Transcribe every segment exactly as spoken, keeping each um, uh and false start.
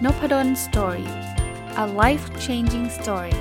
Nopadon Story. A life-changing story.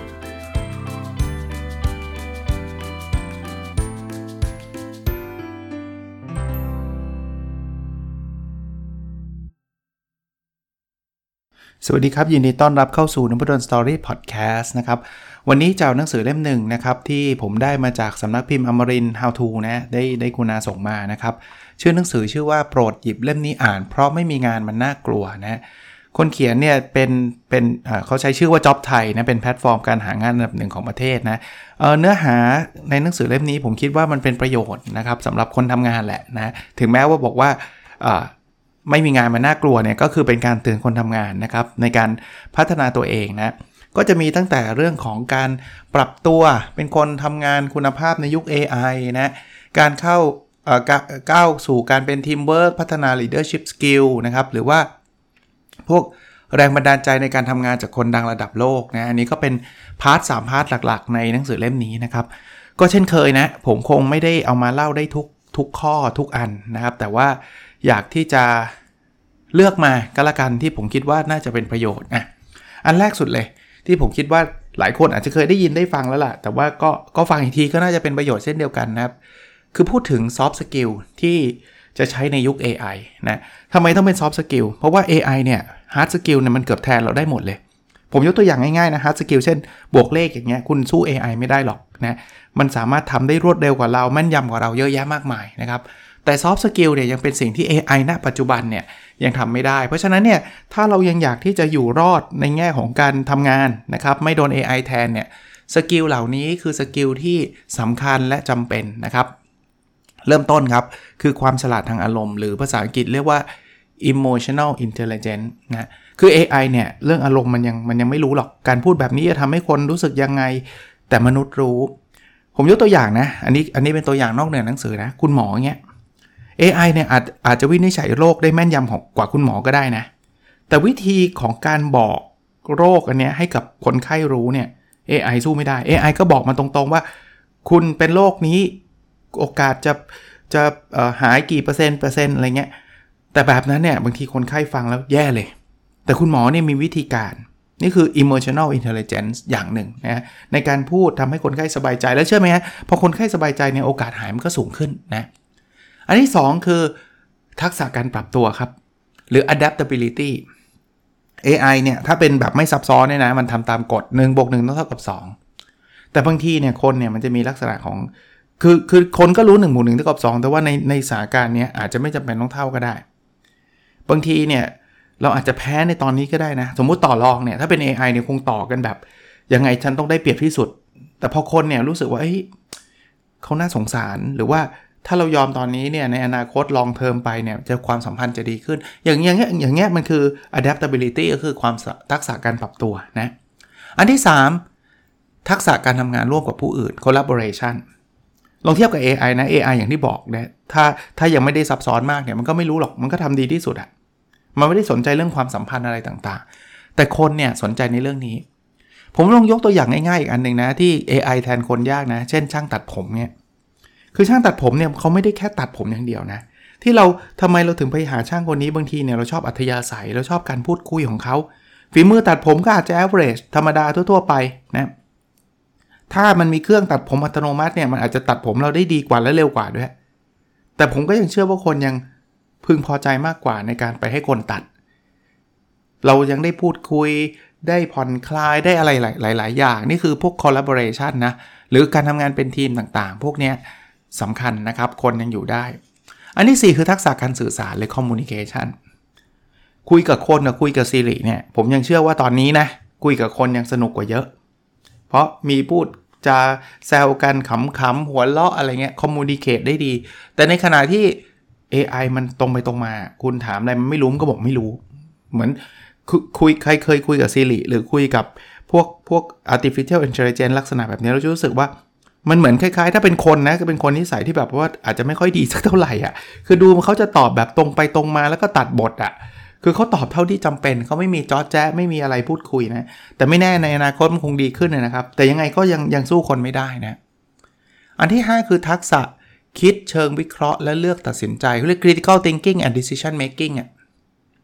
สวัสดีครับยินดีต้อนรับเข้าสู่ Nopadon Story Podcast นะครับวันนี้จะเอาหนังสือเล่มหนึ่งนะครับที่ผมได้มาจากสำนักพิมพ์อมรินทร์ How to นะได้ได้คุณาส่งมานะครับชื่อหนังสือชื่อว่าโปรดหยิบเล่มนี้อ่านเพราะไม่มีงานมันน่ากลัวนะคนเขียนเนี่ยเป็นเป็นเอ่อเขาใช้ชื่อว่า Job Thai นะเป็นแพลตฟอร์มการหางานอันดับหนึ่งของประเทศนะเอ่อเนื้อหาในหนังสือเล่มนี้ผมคิดว่ามันเป็นประโยชน์นะครับสำหรับคนทำงานแหละนะถึงแม้ว่าบอกว่าเอ่อไม่มีงานมันน่ากลัวเนี่ยก็คือเป็นการเตือนคนทำงานนะครับในการพัฒนาตัวเองนะก็จะมีตั้งแต่เรื่องของการปรับตัวเป็นคนทำงานคุณภาพในยุค เอ ไอ นะการเข้าเอ่อก้าวสู่การเป็นทีมเวิร์คพัฒนา leadership skill นะครับหรือว่าพวกแรงบันดาลใจในการทำงานจากคนดังระดับโลกนะอันนี้ก็เป็นพาร์ทสามพาร์ทหลักๆในหนังสือเล่มนี้นะครับก็เช่นเคยนะผมคงไม่ได้เอามาเล่าได้ทุกทุกข้อทุกอันนะครับแต่ว่าอยากที่จะเลือกมาก็แล้วกันที่ผมคิดว่าน่าจะเป็นประโยชน์อ่ะอันแรกสุดเลยที่ผมคิดว่าหลายคนอาจจะเคยได้ยินได้ฟังแล้วล่ะแต่ว่าก็ก็ฟังอีกทีก็น่าจะเป็นประโยชน์เช่นเดียวกันนะครับคือพูดถึง soft skill ที่จะใช้ในยุค เอ ไอ นะทำไมต้องเป็น soft skill เพราะว่า เอ ไอ เนี่ย hard skill เนี่ยมันเกือบแทนเราได้หมดเลยผมยกตัวอย่างง่ายๆนะ hard skill เช่นบวกเลขอย่างเงี้ยคุณสู้ เอ ไอ ไม่ได้หรอกนะมันสามารถทำได้รวดเร็วกว่าเราแม่นยำกว่าเราเยอะแยะมากมายนะครับแต่ soft skill เนี่ยยังเป็นสิ่งที่ เอ ไอ ณ ปัจจุบันเนี่ยยังทำไม่ได้เพราะฉะนั้นเนี่ยถ้าเรายังอยากที่จะอยู่รอดในแง่ของการทำงานนะครับไม่โดน เอ ไอ แทนเนี่ยสกิลเหล่านี้คือสกิลที่สำคัญและจำเป็นนะครับเริ่มต้นครับคือความฉลาดทางอารมณ์หรือภาษาอังกฤษเรียกว่า emotional intelligence นะคือ เอ ไอ เนี่ยเรื่องอารมณ์มันยังมันยังไม่รู้หรอกการพูดแบบนี้จะทำให้คนรู้สึกยังไงแต่มนุษย์รู้ผมยกตัวอย่างนะอันนี้อันนี้เป็นตัวอย่างนอกเหนือหนังสือนะคุณหมอเงี้ยเอ ไอ เนี่ยอาจอาจจะวินิจฉัยโรคได้แม่นยำของกว่าคุณหมอก็ได้นะแต่วิธีของการบอกโรคอันเนี้ยให้กับคนไข้รู้เนี่ย เอ ไอ สู้ไม่ได้ เอ ไอ ก็บอกมาตรงๆว่าคุณเป็นโรคนี้โอกาสจะจะเอ่อหายกี่เปอร์เซ็นต์เปอร์เซ็นต์อะไรเงี้ยแต่แบบนั้นเนี่ยบางทีคนไข้ฟังแล้วแย่เลยแต่คุณหมอเนี่ยมีวิธีการนี่คือ emotional intelligence อย่างหนึ่งนะในการพูดทำให้คนไข้สบายใจแล้วเชื่อไหมฮะพอคนไข้สบายใจเนี่ยโอกาสหายมันก็สูงขึ้นนะอันที่สองคือทักษะการปรับตัวครับหรือ adaptability เอ ไอ เนี่ยถ้าเป็นแบบไม่ซับซ้อนเนี่ยนะมันทำตามกฎ หนึ่งบวกหนึ่ง ต้องเท่ากับสองแต่บางทีเนี่ยคนเนี่ยมันจะมีลักษณะของคือคือคนก็รู้หนึ่งบวกหนึ่งเท่ากับสองแต่ว่าในในสถานการณ์เนี้ยอาจจะไม่จำเป็นต้องเท่าก็ได้บางทีเนี่ยเราอาจจะแพ้ในตอนนี้ก็ได้นะสมมุติต่อรองเนี่ยถ้าเป็น เอ ไอ เนี่ยคงต่อกันแบบยังไงฉันต้องได้เปรียบที่สุดแต่พอคนเนี่ยรู้สึกว่าเอ้ยเขาน่าสงสารหรือว่าถ้าเรายอมตอนนี้เนี่ยในอนาคตลองเทอมไปเนี่ยจะความสัมพันธ์จะดีขึ้นอย่างอย่างเงี้ยอย่างเงี้ยมันคือ adaptability ก็คือความทักษะการปรับตัวนะอันที่สามทักษะการทำงานร่วมกับผู้อื่น collaboration ลองเทียบกับ เอ ไอ นะ เอ ไอ อย่างที่บอกนะถ้าถ้ายังไม่ได้ซับซ้อนมากเนี่ยมันก็ไม่รู้หรอกมันก็ทำดีที่สุดอะมันไม่ได้สนใจเรื่องความสัมพันธ์อะไรต่างๆแต่คนเนี่ยสนใจในเรื่องนี้ผมลองยกตัวอย่างง่ายๆอีกอันนึงนะที่ เอ ไอ แทนคนยากนะเช่นช่างตัดผมเนี่ยคือช่างตัดผมเนี่ยเขาไม่ได้แค่ตัดผมอย่างเดียวนะที่เราทำไมเราถึงไปหาช่างคนนี้บางทีเนี่ยเราชอบอัธยาศัยเราชอบการพูดคุยของเขาฝีมือตัดผมก็อาจจะ average ธรรมดาทั่วๆไปนะถ้ามันมีเครื่องตัดผมอัตโนมัติเนี่ยมันอาจจะตัดผมเราได้ดีกว่าและเร็วกว่าด้วยแต่ผมก็ยังเชื่อว่าคนยังพึงพอใจมากกว่าในการไปให้คนตัดเรายังได้พูดคุยได้ผ่อนคลายได้อะไรหลายๆอย่างนี่คือพวก collaboration นะหรือการทำงานเป็นทีมต่างๆพวกนี้สำคัญนะครับคนยังอยู่ได้อันที่สี่คือทักษะการสื่อสารหรือ communication คุยกับคนกับคุยกับ Siri เนี่ยผมยังเชื่อว่าตอนนี้นะคุยกับคนยังสนุกกว่าเยอะเพราะมีพูดจะแซวกันขำๆหัวเราะอะไรเงี้ย communicate ได้ดีแต่ในขณะที่ เอ ไอ มันตรงไปตรงมาคุณถามอะไรมันไม่รู้มันก็บอกไม่รู้เหมือนคุยใครเคยคุยกับ Siri หรือคุยกับพวกพวก artificial intelligence ลักษณะแบบนี้เราจะรู้สึกว่ามันเหมือนคล้ายๆถ้าเป็นคนนะก็เป็นคนนิสัยที่แบบว่าอาจจะไม่ค่อยดีสักเท่าไหร่อ่ะคือดูเขาจะตอบแบบตรงไปตรงมาแล้วก็ตัดบทอ่ะคือเขาตอบเท่าที่จำเป็นเขาไม่มีจ๊อดแจ๊ะไม่มีอะไรพูดคุยนะแต่ไม่แน่ในอนาคตมันคงดีขึ้นนะครับแต่ยังไงก็ยังยังสู้คนไม่ได้นะอันที่ห้าคือทักษะคิดเชิงวิเคราะห์และเลือกตัดสินใจเขาเรียก critical thinking and decision making อ่ะ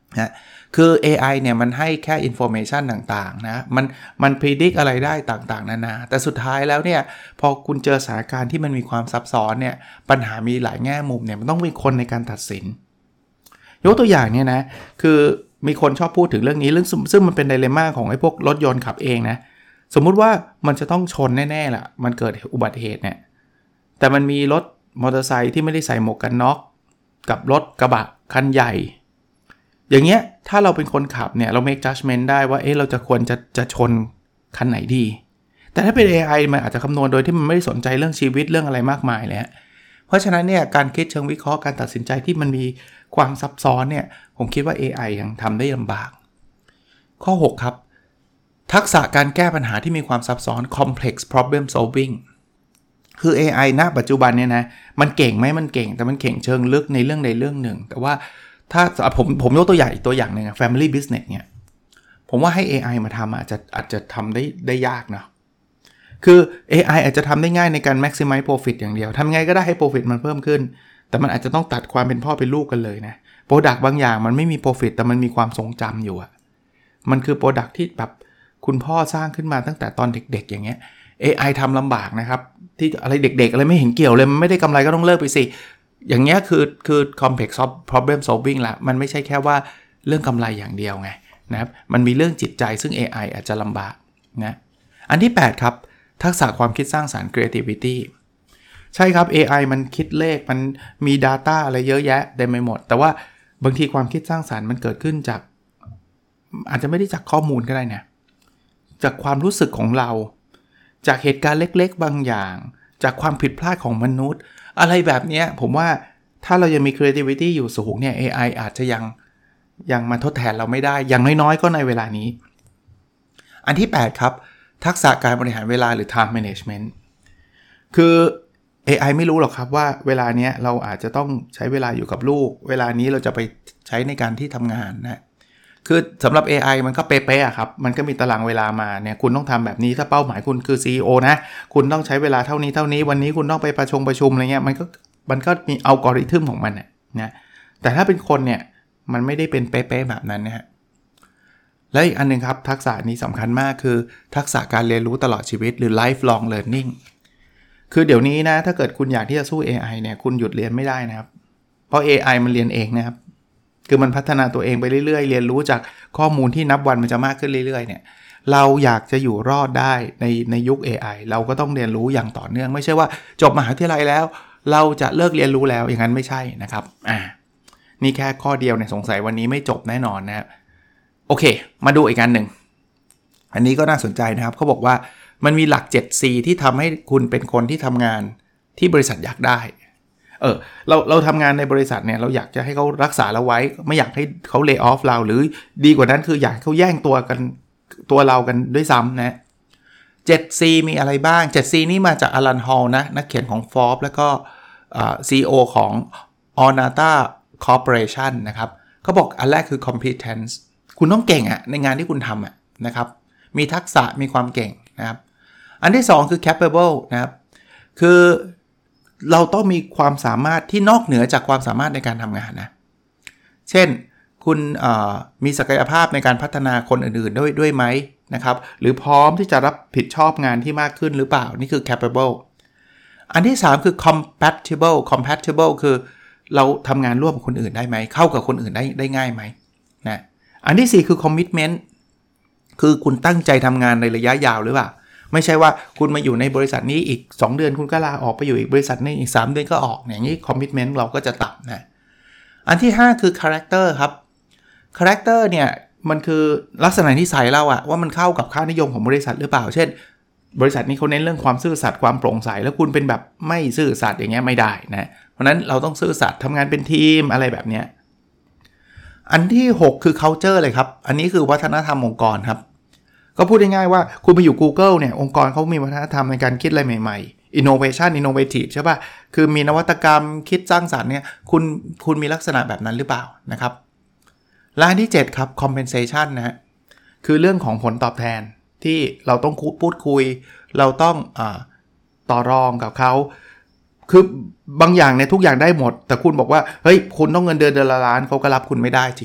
นะคือ เอ ไอ เนี่ยมันให้แค่ information ต่างๆนะมันมัน predict อะไรได้ต่างๆนานาแต่สุดท้ายแล้วเนี่ยพอคุณเจอสถานการณ์ที่มันมีความซับซ้อนเนี่ยปัญหามีหลายแง่มุมเนี่ยมันต้องมีคนในการตัดสินยกตัวอย่างเนี่ยนะคือมีคนชอบพูดถึงเรื่องนี้เรื่องซึ่งมันเป็นไดเลม่าของไอ้พวกรถยนต์ขับเองนะสมมุติว่ามันจะต้องชนแน่ๆล่ะมันเกิดอุบัติเหตุเนี่ยแต่มันมีรถมอเตอร์ไซค์ที่ไม่ได้ใส่หมวกกันน็อกกับรถกระบะคันใหญ่อย่างเงี้ยถ้าเราเป็นคนขับเนี่ยเรา make judgment ได้ว่าเอ๊ะเราจะควรจะจะชนคันไหนดีแต่ถ้าเป็น เอ ไอ มันอาจจะคำนวณโดยที่มันไม่ได้สนใจเรื่องชีวิตเรื่องอะไรมากมายเลยฮะเพราะฉะนั้นเนี่ยการคิดเชิงวิเคราะห์การตัดสินใจที่มันมีความซับซ้อนเนี่ยผมคิดว่า เอ ไอ ยังทำได้ลำบากข้อหกครับทักษะการแก้ปัญหาที่มีความซับซ้อน complex problem solving คือ เอ ไอ ณ ปัจจุบันเนี่ยนะมันเก่งไหมมันเก่งแต่มันเก่งเชิงลึกในเรื่องใดเรื่องหนึ่งแต่ว่าถ้าผมผมยกตัวอย่างอีกตัวอย่างนึง family business เนี่ยผมว่าให้ เอ ไอ มาทำอาจจะอาจจะทำได้ได้ยากนะคือ เอ ไอ อาจจะทำได้ง่ายในการ maximize profit อย่างเดียวทำไงก็ได้ให้ profit มันเพิ่มขึ้นแต่มันอาจจะต้องตัดความเป็นพ่อเป็นลูกกันเลยนะ product บางอย่างมันไม่มี profit แต่มันมีความทรงจำอยู่อะมันคือ product ที่แบบคุณพ่อสร้างขึ้นมาตั้งแต่ตอนเด็กๆอย่างเงี้ย เอ ไอ ทำลำบากนะครับที่อะไรเด็กๆอะไรไม่เห็นเกี่ยวเลยมันไม่ได้กำไรก็ต้องเลิกไปสิอย่างเงี้ยคือคือ complex problem solving ละมันไม่ใช่แค่ว่าเรื่องกำไรอย่างเดียวไงนะครับมันมีเรื่องจิตใจซึ่ง เอ ไอ อาจจะลำบากนะอันที่แปดครับทักษะความคิดสร้างสรรค์ creativity ใช่ครับ เอ ไอ มันคิดเลขมันมี data อะไรเยอะแยะเต็มไปหมดแต่ว่าบางทีความคิดสร้างสรรค์มันเกิดขึ้นจากอาจจะไม่ได้จากข้อมูลก็ได้นะจากความรู้สึกของเราจากเหตุการณ์เล็กๆบางอย่างจากความผิดพลาดของมนุษย์อะไรแบบนี้ผมว่าถ้าเรายังมี creativity อยู่สูงเนี่ย เอ ไอ อาจจะยังยังมาทดแทนเราไม่ได้อย่างน้อยๆก็ในเวลานี้อันที่แปดครับทักษะการบริหารเวลาหรือ time management คือ เอ ไอ ไม่รู้หรอกครับว่าเวลาเนี้ยเราอาจจะต้องใช้เวลาอยู่กับลูกเวลานี้เราจะไปใช้ในการที่ทำงานนะคือสำหรับ เอ ไอ มันก็เป๊ะๆอะครับมันก็มีตารางเวลามาเนี่ยคุณต้องทำแบบนี้ถ้าเป้าหมายคุณคือ ซี อี โอ นะคุณต้องใช้เวลาเท่านี้เท่านี้วันนี้คุณต้องไปประชุมประชุมอะไรเงี้ยมันก็มันก็มีอัลกอริทึมของมันนะนะแต่ถ้าเป็นคนเนี่ยมันไม่ได้เป็นเป๊ะๆแบบนั้นนะฮะและอีกอันนึงครับทักษะนี้สำคัญมากคือทักษะการเรียนรู้ตลอดชีวิตหรือ lifelong learning คือเดี๋ยวนี้นะถ้าเกิดคุณอยากที่จะสู้ เอ ไอ เนี่ยคุณหยุดเรียนไม่ได้นะครับเพราะ เอ ไอ มันเรียนเองนะครับคือมันพัฒนาตัวเองไปเรื่อยๆเรียนรู้จากข้อมูลที่นับวันมันจะมากขึ้นเรื่อยๆเนี่ยเราอยากจะอยู่รอดได้ในในยุค เอ ไอ เราก็ต้องเรียนรู้อย่างต่อเนื่องไม่ใช่ว่าจบมหาวิทยาลัยแล้วเราจะเลิกเรียนรู้แล้วอย่างนั้นไม่ใช่นะครับอ่านี่แค่ข้อเดียวเนี่ยสงสัยวันนี้ไม่จบแน่นอนนะครับโอเคมาดูอีกอันหนึ่งอันนี้ก็น่าสนใจนะครับเขาบอกว่ามันมีหลัก เจ็ด ซี ที่ทำให้คุณเป็นคนที่ทำงานที่บริษัทอยากได้เออเราเราทำงานในบริษัทเนี่ยเราอยากจะให้เขารักษาเราไว้ไม่อยากให้เขาเลย์ออฟเราหรือดีกว่านั้นคืออยากให้เขาแย่งตัวกันตัวเรากันด้วยซ้ำนะ เจ็ด ซี มีอะไรบ้าง เจ็ด ซี นี่มาจากอลันฮอลนะนักเขียนของ Forbes แล้วก็อ่า ซี อี โอ ของ Onata Corporation นะครับเขาบอกอันแรกคือ competence คุณต้องเก่งอะในงานที่คุณทำอะนะครับมีทักษะมีความเก่งนะครับอันที่สองคือ capable นะครับคือเราต้องมีความสามารถที่นอกเหนือจากความสามารถในการทำงานนะเช่นคุณมีศักยภาพในการพัฒนาคนอื่นๆด้วยด้วยไหมนะครับหรือพร้อมที่จะรับผิดชอบงานที่มากขึ้นหรือเปล่านี่คือ capable อันที่สามคือ compatible compatible คือเราทำงานร่วมกับคนอื่นได้ไหมเข้ากับคนอื่นได้ได้ง่ายไหมนะอันที่สี่คือ commitment คือคุณตั้งใจทำงานในระยะยาวหรือเปล่าไม่ใช่ว่าคุณมาอยู่ในบริษัทนี้อีกสองเดือนคุณก็ลาออกไปอยู่อีกบริษัทนึงอีกสามเดือนก็ออกอย่างนี้ commitment เราก็จะต่ำนะอันที่ห้าคือ character ครับ character เนี่ยมันคือลักษณะนิสัยเราอะว่ามันเข้ากับค่านิยมของบริษัทหรือเปล่าเช่นบริษัทนี้เขาเน้นเรื่องความซื่อสัตย์ความโปร่งใสแล้วคุณเป็นแบบไม่ซื่อสัตย์อย่างเงี้ยไม่ได้นะเพราะนั้นเราต้องซื่อสัตย์ทำงานเป็นทีมอะไรแบบเนี้ยอันที่หกคือ culture เลยครับอันนี้คือวัฒนธรรมองค์กรครับก็พูดง่ายๆว่าคุณไปอยู่ Google เนี่ยองค์กรเขามีวัฒนธรรมในการคิดอะไรใหม่ๆ innovation innovative ใช่ป่ะคือมีนวัตกรรมคิดสร้างสรรค์เนี่ยคุณคุณมีลักษณะแบบนั้นหรือเปล่านะครับและอันที่เจ็ดครับ compensation นะฮะคือเรื่องของผลตอบแทนที่เราต้องพูดคุยเราต้องอ่าต่อรองกับเขาคือบางอย่างเนี่ยทุกอย่างได้หมดแต่คุณบอกว่าเฮ้ยคุณต้องเงินเดือนเดือนละล้านเขาก็รับคุณไม่ได้จริงป่ะ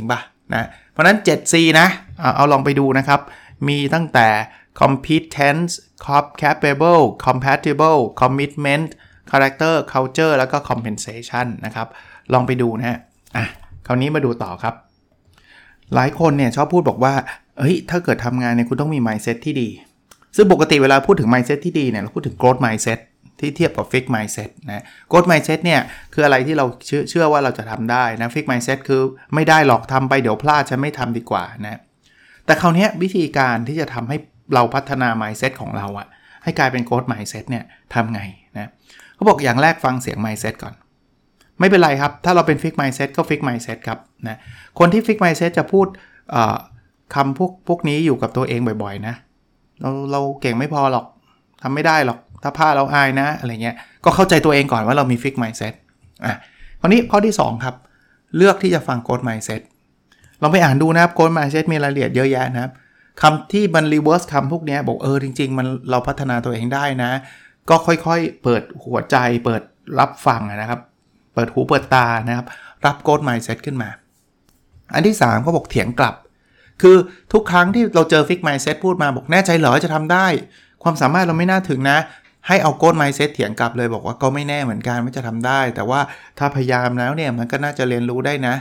นะเพราะนั้น เซเว่น ซี นะเอาเอาลองไปดูนะครับมีตั้งแต่ competence capable compatible commitment character culture แล้วก็ compensation นะครับลองไปดูนะฮะอ่ะคราวนี้มาดูต่อครับหลายคนเนี่ยชอบพูดบอกว่าเฮ้ยถ้าเกิดทำงานเนี่ยคุณต้องมี mindset ที่ดีซึ่งปกติเวลาพูดถึง mindset ที่ดีเนี่ยเราพูดถึง growth mindset ที่เทียบกับ fixed mindset นะ growth mindset เนี่ยคืออะไรที่เราเชื่อเชื่อว่าเราจะทำได้นะ fixed mindset คือไม่ได้หรอกทำไปเดี๋ยวพลาดฉันไม่ทำดีกว่านะแต่คราวนี้วิธีการที่จะทำให้เราพัฒนา mindset ของเราอะให้กลายเป็น growth mindset เนี่ยทำไงนะเขาบอกอย่างแรกฟังเสียง mindset ก่อนไม่เป็นไรครับถ้าเราเป็น fixed mindset ก็ fixed mindset ครับนะคนที่ fixed mindset จะพูดคำพวกพวกนี้อยู่กับตัวเองบ่อยๆนะเราเราเก่งไม่พอหรอกทำไม่ได้หรอกถ้าพลาดเราอายนะอะไรเงี้ยก็เข้าใจตัวเองก่อนว่าเรามี fixed mindset อ่ะคราวนี้ข้อที่สองครับเลือกที่จะฟัง growth mindset ลองไปอ่านดูนะครับ growth mindset มีรายละเอียดเยอะแยะนะครับคำที่มัน reverse คำพวกนี้บอกเออจริงๆมันเราพัฒนาตัวเองได้นะก็ค่อยๆเปิดหัวใจเปิดรับฟังนะครับเปิดหูเปิดตานะครับรับ growth mindset ขึ้นมาอันที่สามเขาบอกเถียงกลับคือทุกครั้งที่เราเจอ fixed mindset พูดมาบอกแน่ใจเหรอจะทำได้ความสามารถเราไม่น่าถึงนะให้เอา growth mindset เถียงกลับเลยบอกว่าก็ไม่แน่เหมือนกันว่าจะทำได้แต่ว่าถ้าพยายามแล้วเนี่ยมันก็น่าจะเรียนรู้ได้นะ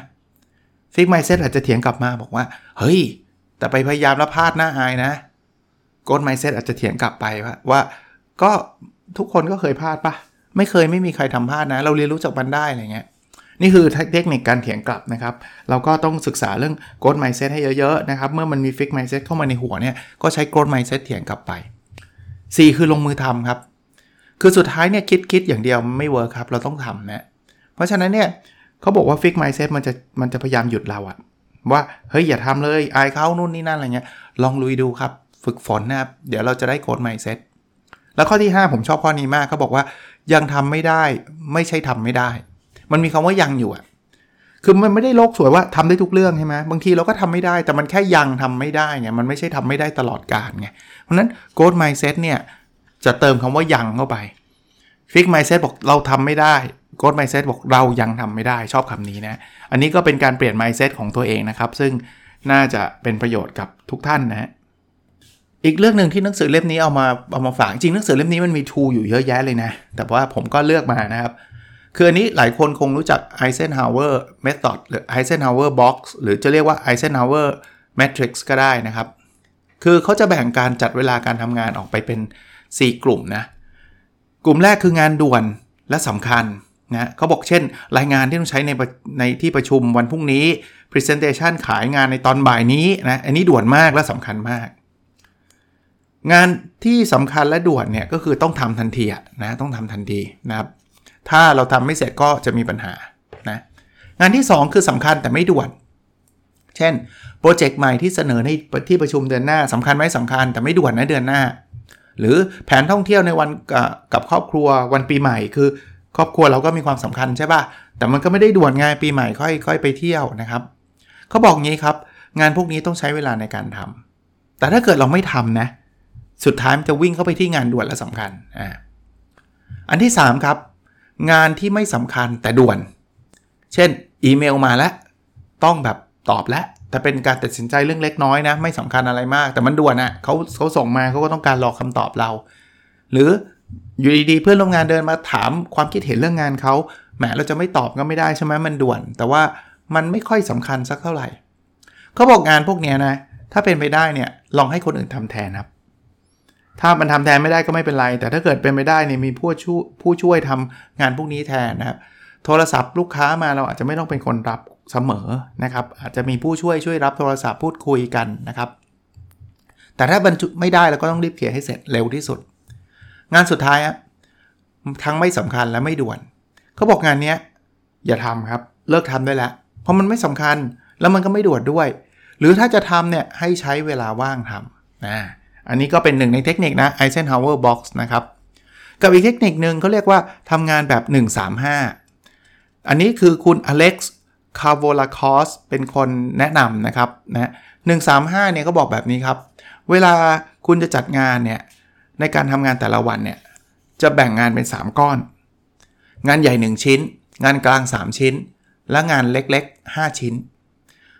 fixed mindset อาจจะเถียงกลับมาบอกว่าเฮ้ยแต่ไปพยายามแล้วพลาดน่าอายนะ growth mindset อาจจะเถียงกลับไปว่าว่าก็ทุกคนก็เคยพลาดปะไม่เคยไม่มีใครทำพลาดนะเราเรียนรู้จากมันได้อะไรเงี้ยนี่คือเทคนิคการเถียงกลับนะครับเราก็ต้องศึกษาเรื่อง growth mindset ให้เยอะๆนะครับเมื่อมันมี fixed mindset เข้ามาในหัวเนี่ยก็ใช้ growth mindset เถียงกลับไปสี่คือลงมือทำครับคือสุดท้ายเนี่ยคิดคิดอย่างเดียวไม่เวิร์คครับเราต้องทำนะเพราะฉะนั้นเนี่ยเขาบอกว่า fixed mindset มันจะมันจะพยายามหยุดเราอะว่าเฮ้ยอย่าทำเลยอายเขานู่นนี่นั่นอะไรเงี้ยลองลุยดูครับฝึกฝนนะครับเดี๋ยวเราจะได้ growth mindset แล้วข้อที่ห้าผมชอบข้อนี้มากเขาบอกว่ายังทำไม่ได้ไม่ใช่ทำไม่ได้มันมีคำว่ายังอยู่อะคือมันไม่ได้โลกสวยว่าทำได้ทุกเรื่องใช่ไหมบางทีเราก็ทำไม่ได้แต่มันแค่ยังทำไม่ได้ไงมันไม่ใช่ทำไม่ได้ตลอดกาลไงเพราะนั้น growth mindset เนี่ยจะเติมคำว่ายังเข้าไป fixed mindset บอกเราทำไม่ได้ growth mindset บอกเรายังทำไม่ได้ชอบคำนี้นะอันนี้ก็เป็นการเปลี่ยน mindset ของตัวเองนะครับซึ่งน่าจะเป็นประโยชน์กับทุกท่านนะอีกเรื่องนึงที่หนังสือเล่มนี้เอามาเอามาฝากจริงหนังสือเล่มนี้มันมี tool อยู่เยอะแยะเลยนะแต่ว่าผมก็เลือกมานะครับคืออันนี้หลายคนคงรู้จัก Eisenhower Method หรือ Eisenhower Box หรือจะเรียกว่า Eisenhower Matrix ก็ได้นะครับคือเขาจะแบ่งการจัดเวลาการทำงานออกไปเป็นสี่กลุ่มนะกลุ่มแรกคืองานด่วนและสำคัญนะเขาบอกเช่นรายงานที่ต้องใช้ในในที่ประชุมวันพรุ่งนี้ Presentation ขายงานในตอนบ่ายนี้นะอันนี้ด่วนมากและสำคัญมากงานที่สำคัญและด่วนเนี่ยก็คือต้องทำทันทีนะต้องทำทันทีนะครับถ้าเราทำไม่เสร็จก็จะมีปัญหานะงานที่สองคือสำคัญแต่ไม่ด่วนเช่นโปรเจกต์ใหม่ที่เสนอในที่ประชุมเดือนหน้าสำคัญไหมสำคัญแต่ไม่ด่วนนะเดือนหน้าหรือแผนท่องเที่ยวในวันกับครอบครัววันปีใหม่คือครอบครัวเราก็มีความสำคัญใช่ป่ะแต่มันก็ไม่ได้ด่วนไงปีใหม่ค่อยค่อยไปเที่ยวนะครับเขาบอกงี้ครับงานพวกนี้ต้องใช้เวลาในการทำแต่ถ้าเกิดเราไม่ทำนะสุดท้ายมันจะวิ่งเข้าไปที่งานด่วนและสำคัญอ่าอันที่สามครับงานที่ไม่สำคัญแต่ด่วนเช่นอีเมลมาแล้วต้องแบบตอบแล้วแต่เป็นการตัดสินใจเรื่องเล็กน้อยนะไม่สำคัญอะไรมากแต่มันด่วนอ่ะเขาเขาส่งมาเขาก็ต้องการรอคำตอบเราหรืออยู่ดีๆเพื่อนร่วมงานเดินมาถามความคิดเห็นเรื่องงานเขาแหมเราจะไม่ตอบก็ไม่ได้ใช่ไหมมันด่วนแต่ว่ามันไม่ค่อยสำคัญสักเท่าไหร่เขาบอกงานพวกนี้นะถ้าเป็นไปได้เนี่ยลองให้คนอื่นทำแทนครับถ้ามันทำแทนไม่ได้ก็ไม่เป็นไรแต่ถ้าเกิดเป็นไม่ได้เนี่ยมีผู้ช่วยผู้ช่วยทำงานพวกนี้แทนนะครับโทรศัพท์ลูกค้ามาเราอาจจะไม่ต้องเป็นคนรับเสมอนะครับอาจจะมีผู้ช่วยช่วยรับโทรศัพท์พูดคุยกันนะครับแต่ถ้าบรรจุไม่ได้เราก็ต้องรีบเคลียร์ให้เสร็จเร็วที่สุดงานสุดท้ายอะทั้งไม่สำคัญและไม่ด่วนเขาบอกงานนี้อย่าทำครับเลิกทำได้แล้วเพราะมันไม่สำคัญแล้วมันก็ไม่ด่วนด้วยหรือถ้าจะทำเนี่ยให้ใช้เวลาว่างทำนะอันนี้ก็เป็นหนึ่งในเทคนิคนะ Eisenhower Box นะครับกับอีกเทคนิคนึงเขาเรียกว่าทำงานแบบหนึ่ง สาม ห้าอันนี้คือคุณอเล็กซ์คาร์โวลาคอสเป็นคนแนะนำนะครับนะหนึ่ง สาม ห้าเนี่ยเขาบอกแบบนี้ครับเวลาคุณจะจัดงานเนี่ยในการทำงานแต่ละวันเนี่ยจะแบ่งงานเป็นสามก้อนงานใหญ่หนึ่งชิ้นงานกลางสามชิ้นและงานเล็กๆห้าชิ้น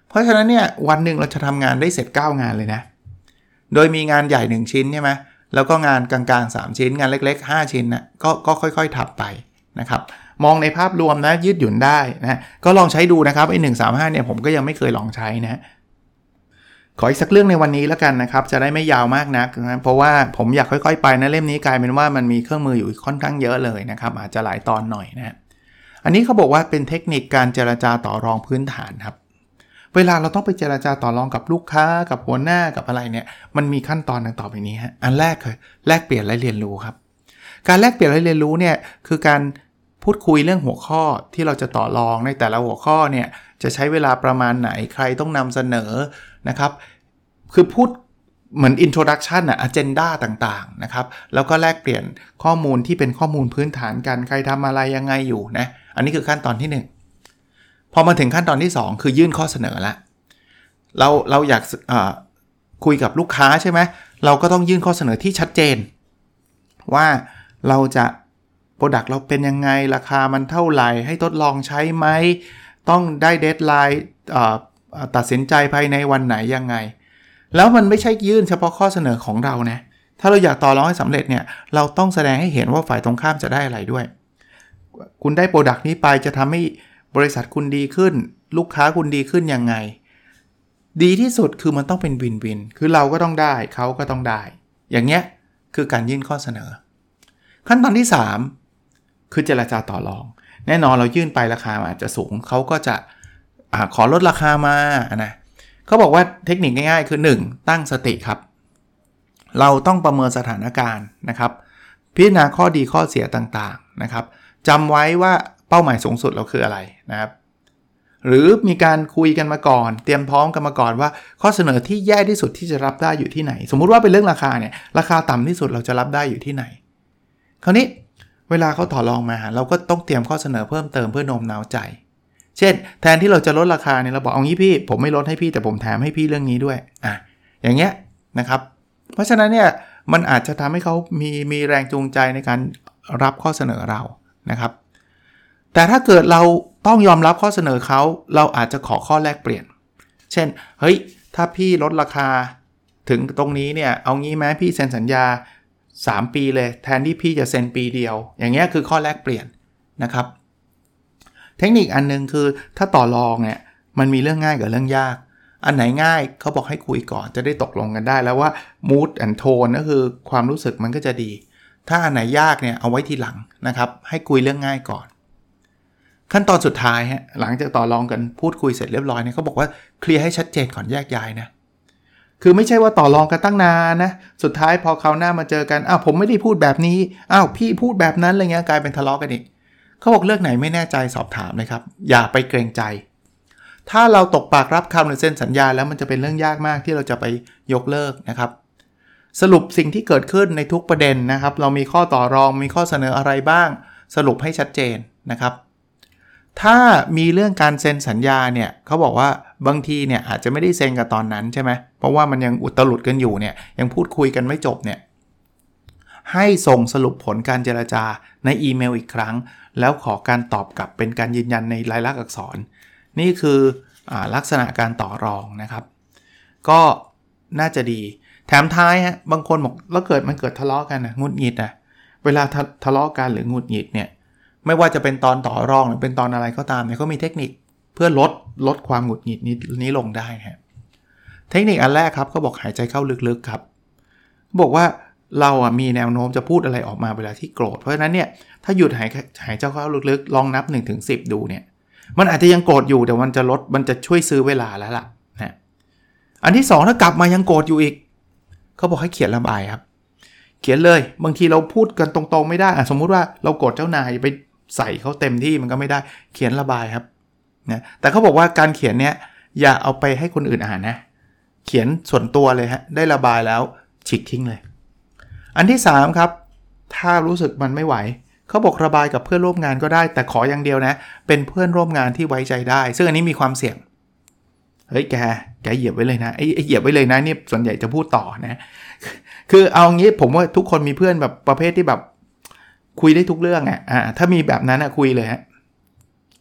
เพราะฉะนั้นเนี่ยวันหนึ่งเราจะทำงานได้เสร็จเก้างานเลยนะโดยมีงานใหญ่หนึ่งชิ้นใช่ไหมแล้วก็งานกลางๆสามชิ้นงานเล็กๆห้าชิ้นนะก็ก็ค่อยๆทำไปนะครับมองในภาพรวมนะยืดหยุ่นได้นะก็ลองใช้ดูนะครับไอ้หนึ่ง สาม ห้าเนี่ยผมก็ยังไม่เคยลองใช้นะขออีกสักเรื่องในวันนี้แล้วกันนะครับจะได้ไม่ยาวมากนักนะเพราะว่าผมอยากค่อยๆไปนะเล่มนี้กลายเป็นว่ามันมีเครื่องมืออยู่ค่อนข้างเยอะเลยนะครับอาจจะหลายตอนหน่อยนะอันนี้เขาบอกว่าเป็นเทคนิคการเจรจาต่อรองพื้นฐานครับเวลาเราต้องไปเจรจาต่อรองกับลูกค้ากับหัวหน้ากับอะไรเนี่ยมันมีขั้นตอนดังต่อไปนี้ฮะอันแรกคือแลกเปลี่ยนและเรียนรู้ครับการแลกเปลี่ยนและเรียนรู้เนี่ยคือการพูดคุยเรื่องหัวข้อที่เราจะต่อรองในแต่ละหัวข้อเนี่ยจะใช้เวลาประมาณไหนใครต้องนำเสนอนะครับคือพูดเหมือน introduction อ่ะ agenda ต่างๆนะครับแล้วก็แลกเปลี่ยนข้อมูลที่เป็นข้อมูลพื้นฐานกันใครทำอะไรยังไงอยู่นะอันนี้คือขั้นตอนที่หนึ่งพอมาถึงขั้นตอนที่สองคือยื่นข้อเสนอละเราเราอยากคุยกับลูกค้าใช่ไหมเราก็ต้องยื่นข้อเสนอที่ชัดเจนว่าเราจะโปรดักต์เราเป็นยังไงราคามันเท่าไหร่ให้ทดลองใช้ไหมต้องได้เดดไลน์ตัดสินใจภายในวันไหนยังไงแล้วมันไม่ใช่ยื่นเฉพาะข้อเสนอของเรานะถ้าเราอยากต่อรองให้สำเร็จเนี่ยเราต้องแสดงให้เห็นว่าฝ่ายตรงข้ามจะได้อะไรด้วยคุณได้โปรดักต์นี้ไปจะทำให้บริษัทคุณดีขึ้นลูกค้าคุณดีขึ้นยังไงดีที่สุดคือมันต้องเป็นวินวินคือเราก็ต้องได้เขาก็ต้องได้อย่างเงี้ยคือการยื่นข้อเสนอขั้นตอนที่สามคือเจรจาต่อรองแน่นอนเรายื่นไปราคาอาจจะสูงเขาก็จะอ่าขอลดราคามานะเขาบอกว่าเทคนิคง่ายๆคือหนึ่งตั้งสติครับเราต้องประเมินสถานการณ์นะครับพิจารณาข้อดีข้อเสียต่างๆนะครับจำไว้ว่าเป้าหมายสูงสุดเราคืออะไรนะครับหรือมีการคุยกันมาก่อนเตรียมพร้อมกันมาก่อนว่าข้อเสนอที่แย่ที่สุดที่จะรับได้อยู่ที่ไหนสมมุติว่าเป็นเรื่องราคาเนี่ยราคาต่ำที่สุดเราจะรับได้อยู่ที่ไหนคราวนี้เวลาเขาต่อรองมาเราก็ต้องเตรียมข้อเสนอเพิ่มเติมเพื่อโน้มน้าวใจเช่นแทนที่เราจะลดราคาเนี่ยเราบอกเอางี้พี่ผมไม่ลดให้พี่แต่ผมแถมให้พี่เรื่องนี้ด้วยอ่ะอย่างเงี้ยนะครับเพราะฉะนั้นเนี่ยมันอาจจะทำให้เขามีมีแรงจูงใจในการรับข้อเสนอเรานะครับแต่ถ้าเกิดเราต้องยอมรับข้อเสนอเขาเราอาจจะขอข้อแลกเปลี่ยนเช่นเฮ้ยถ้าพี่ลดราคาถึงตรงนี้เนี่ยเอางี้ไหมพี่เซ็นสัญญาสามปีเลยแทนที่พี่จะเซ็นปีเดียวอย่างเงี้ยคือข้อแลกเปลี่ยนนะครับเทคนิคอันนึงคือถ้าต่อรองเนี่ยมันมีเรื่องง่ายกับเรื่องยากอันไหนง่ายเขาบอกให้คุยก่อนจะได้ตกลงกันได้แล้วว่า mood and tone ก็คือความรู้สึกมันก็จะดีถ้าอันไหนยากเนี่ยเอาไว้ทีหลังนะครับให้คุยเรื่องง่ายก่อนขั้นตอนสุดท้ายฮะหลังจากต่อรองกันพูดคุยเสร็จเรียบร้อยเนี่ยเขาบอกว่าเคลียร์ให้ชัดเจนก่อนแยกย้ายนะคือไม่ใช่ว่าต่อรองกันตั้งนานนะสุดท้ายพอคราวหน้ามาเจอกันอ้าวผมไม่ได้พูดแบบนี้อ้าวพี่พูดแบบนั้นอะไรเงี้ยกลายเป็นทะเลาะกันอีกเขาบอกเรื่องไหนไม่แน่ใจสอบถามเลยครับอย่าไปเกรงใจถ้าเราตกปากรับคำหรือเซ็นสัญญาแล้วมันจะเป็นเรื่องยากมากที่เราจะไปยกเลิกนะครับสรุปสิ่งที่เกิดขึ้นในทุกประเด็นนะครับเรามีข้อต่อรองมีข้อเสนออะไรบ้างสรุปให้ชัดเจนนะครับถ้ามีเรื่องการเซ็นสัญญาเนี่ยเขาบอกว่าบางทีเนี่ยอาจจะไม่ได้เซ็นกันตอนนั้นใช่ไหมเพราะว่ามันยังอุตลุดกันอยู่เนี่ยยังพูดคุยกันไม่จบเนี่ยให้ส่งสรุปผลการเจรจาในอีเมลอีกครั้งแล้วขอการตอบกลับเป็นการยืนยันในลายลักษณ์อักษรนี่คืออ่าลักษณะการต่อรองนะครับก็น่าจะดีแถมท้ายฮะบางคนบอกแล้วเกิดมันเกิดทะเลาะกันนะงุดหงิดนะเวลาทะทะเลาะกันหรืองุดหงิดเนี่ยไม่ว่าจะเป็นตอนต่อรองหรือเป็นตอนอะไรก็ตามเนี่ยเขามีเทคนิคเพื่อลดลดความหงุดหงิดนี้นี้ลงได้ฮะเทคนิคอันแรกครับเขาบอกหายใจเข้าลึกๆครับบอกว่าเราอ่ะมีแนวโน้มจะพูดอะไรออกมาเวลาที่โกรธเพราะฉะนั้นเนี่ยถ้าหยุดหายหายใจเข้าลึกๆลองนับ หนึ่งถึงสิบ ดูเนี่ยมันอาจจะยังโกรธอยู่แต่มันจะลดมันจะช่วยซื้อเวลาแล้วล่ะนะอันที่สองถ้ากลับมายังโกรธอยู่อีกเขาบอกให้เขียนระบายครับเขียนเลยบางทีเราพูดกันตรงๆไม่ได้สมมุติว่าเราโกรธเจ้านายไปใส่เขาเต็มที่มันก็ไม่ได้เขียนระบายครับนะแต่เขาบอกว่าการเขียนเนี้ยอย่าเอาไปให้คนอื่นอ่านนะเขียนส่วนตัวเลยฮะได้ระบายแล้วฉีกทิ้งเลยอันที่สามครับถ้ารู้สึกมันไม่ไหวเขาบอกระบายกับเพื่อนร่วมงานก็ได้แต่ขออย่างเดียวนะเป็นเพื่อนร่วมงานที่ไว้ใจได้ซึ่งอันนี้มีความเสี่ยงเฮ้ยแกแกเหยียบไว้เลยนะไอ้เหยียบไว้เลยนะนี่ส่วนใหญ่จะพูดต่อนะคือเอางี้ผมว่าทุกคนมีเพื่อนแบบประเภทที่แบบคุยได้ทุกเรื่องอ่ะอ่าถ้ามีแบบนั้นอ่ะคุยเลยฮะ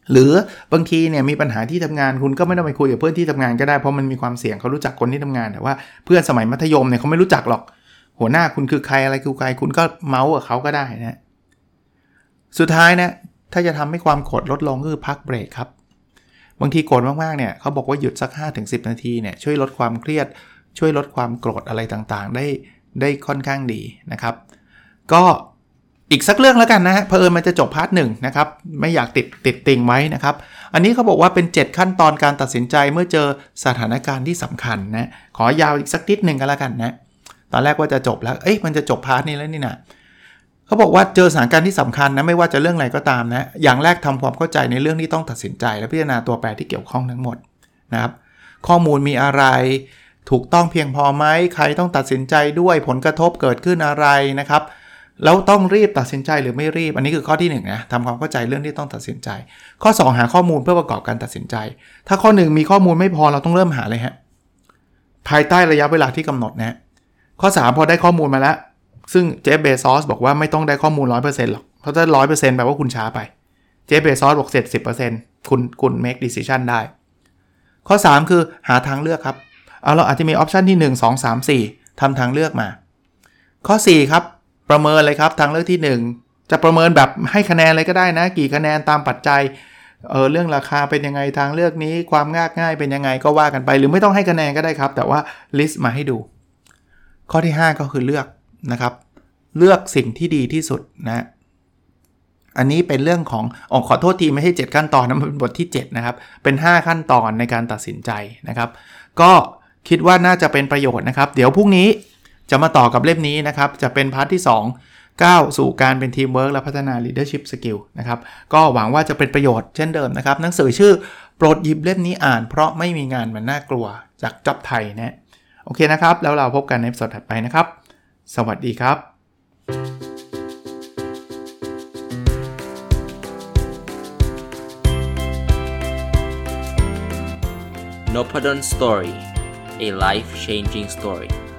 หรือบางทีเนี่ยมีปัญหาที่ทำงานคุณก็ไม่ต้องไปคุยกับเพื่อนที่ทำงานก็ได้เพราะมันมีความเสี่ยงเขารู้จักคนที่ทำงานแต่ว่าเพื่อนสมัยมัธยมเนี่ยเขาไม่รู้จักหรอกหัวหน้าคุณคือใครอะไรคือใครคุณก็เมาส์กับเขาก็ได้นะสุดท้ายนะถ้าจะทำให้ความโกรธลดลงก็คือพักเบรกครับบางทีโกรธมากๆเนี่ยเขาบอกว่าหยุดสัก ห้าถึงสิบ นาทีเนี่ยช่วยลดความเครียดช่วยลดความโกรธอะไรต่างๆได้ได้ค่อนข้างดีนะครับก็อีกสักเรื่องแล้วกันนะฮะเผอิญมันจะจบพาร์ทหนึ่งนะครับไม่อยากติดติดติ่งไว้นะครับอันนี้เขาบอกว่าเป็นเจ็ดขั้นตอนการตัดสินใจเมื่อเจอสถานการณ์ที่สำคัญนะขอยาวอีกสักนิดนึงก็แล้วกันนะตอนแรกว่าจะจบแล้วเอ๊ะมันจะจบพาร์ทนี้แล้วนี่นะเขาบอกว่าเจอสถานการณ์ที่สำคัญนะไม่ว่าจะเรื่องอะไรก็ตามนะอย่างแรกทำความเข้าใจในเรื่องที่ต้องตัดสินใจและพิจารณาตัวแปรที่เกี่ยวข้องทั้งหมดนะครับข้อมูลมีอะไรถูกต้องเพียงพอไหมใครต้องตัดสินใจด้วยผลกระทบเกิดขึ้นอะไรนะครับแล้วต้องรีบตัดสินใจหรือไม่รีบอันนี้คือข้อที่หนึ่งนะทำความเข้าใจเรื่องที่ต้องตัดสินใจข้อสองหาข้อมูลเพื่อประกอบการตัดสินใจถ้าข้อหนึ่งมีข้อมูลไม่พอเราต้องเริ่มหาเลยฮะภายใต้ระยะเวลาที่กำหนดนะข้อสามพอได้ข้อมูลมาแล้วซึ่งเจฟเบซอสบอกว่าไม่ต้องได้ข้อมูล ร้อยเปอร์เซ็นต์ หรอกเพราะถ้า ร้อยเปอร์เซ็นต์ แปลว่าคุณช้าไปเจฟเบซอสบอก เจ็ดสิบเปอร์เซ็นต์ คุณคุณ make decision ได้ข้อสามคือหาทางเลือกครับเอาเราอาจจะมีออปชันที่หนึ่ง สอง สาม สี่ทำทางเลือกมาข้อสี่ครับประเมินเลยครับทางเลือกที่หนึ่งจะประเมินแบบให้คะแนนอะไรก็ได้นะกี่คะแนนตามปัจจัยเออเรื่องราคาเป็นยังไงทางเลือกนี้ความง่ายง่ายเป็นยังไงก็ว่ากันไปหรือไม่ต้องให้คะแนนก็ได้ครับแต่ว่าลิสต์มาให้ดูข้อที่ห้าก็คือเลือกนะครับเลือกสิ่งที่ดีที่สุดนะอันนี้เป็นเรื่องของอ๋อขอโทษทีไม่ใช่เจ็ดขั้นตอนนะมันเป็นบทที่เจ็ดนะครับเป็นห้าขั้นตอนในการตัดสินใจนะครับก็คิดว่าน่าจะเป็นประโยชน์นะครับเดี๋ยวพรุ่งนี้จะมาต่อกับเล่มนี้นะครับจะเป็นพาร์ทที่สองก้าวสู่การเป็นทีมเวิร์คและพัฒนา leadership skill นะครับก็หวังว่าจะเป็นประโยชน์เช่นเดิมนะครับหนังสือชื่อโปรดหยิบเล่มนี้อ่านเพราะไม่มีงานมันน่ากลัวจากจ็อบไทยนะโอเคนะครับแล้วเราพบกันในตอนถัดไปนะครับสวัสดีครับ Nopadon Story, a life-changing story.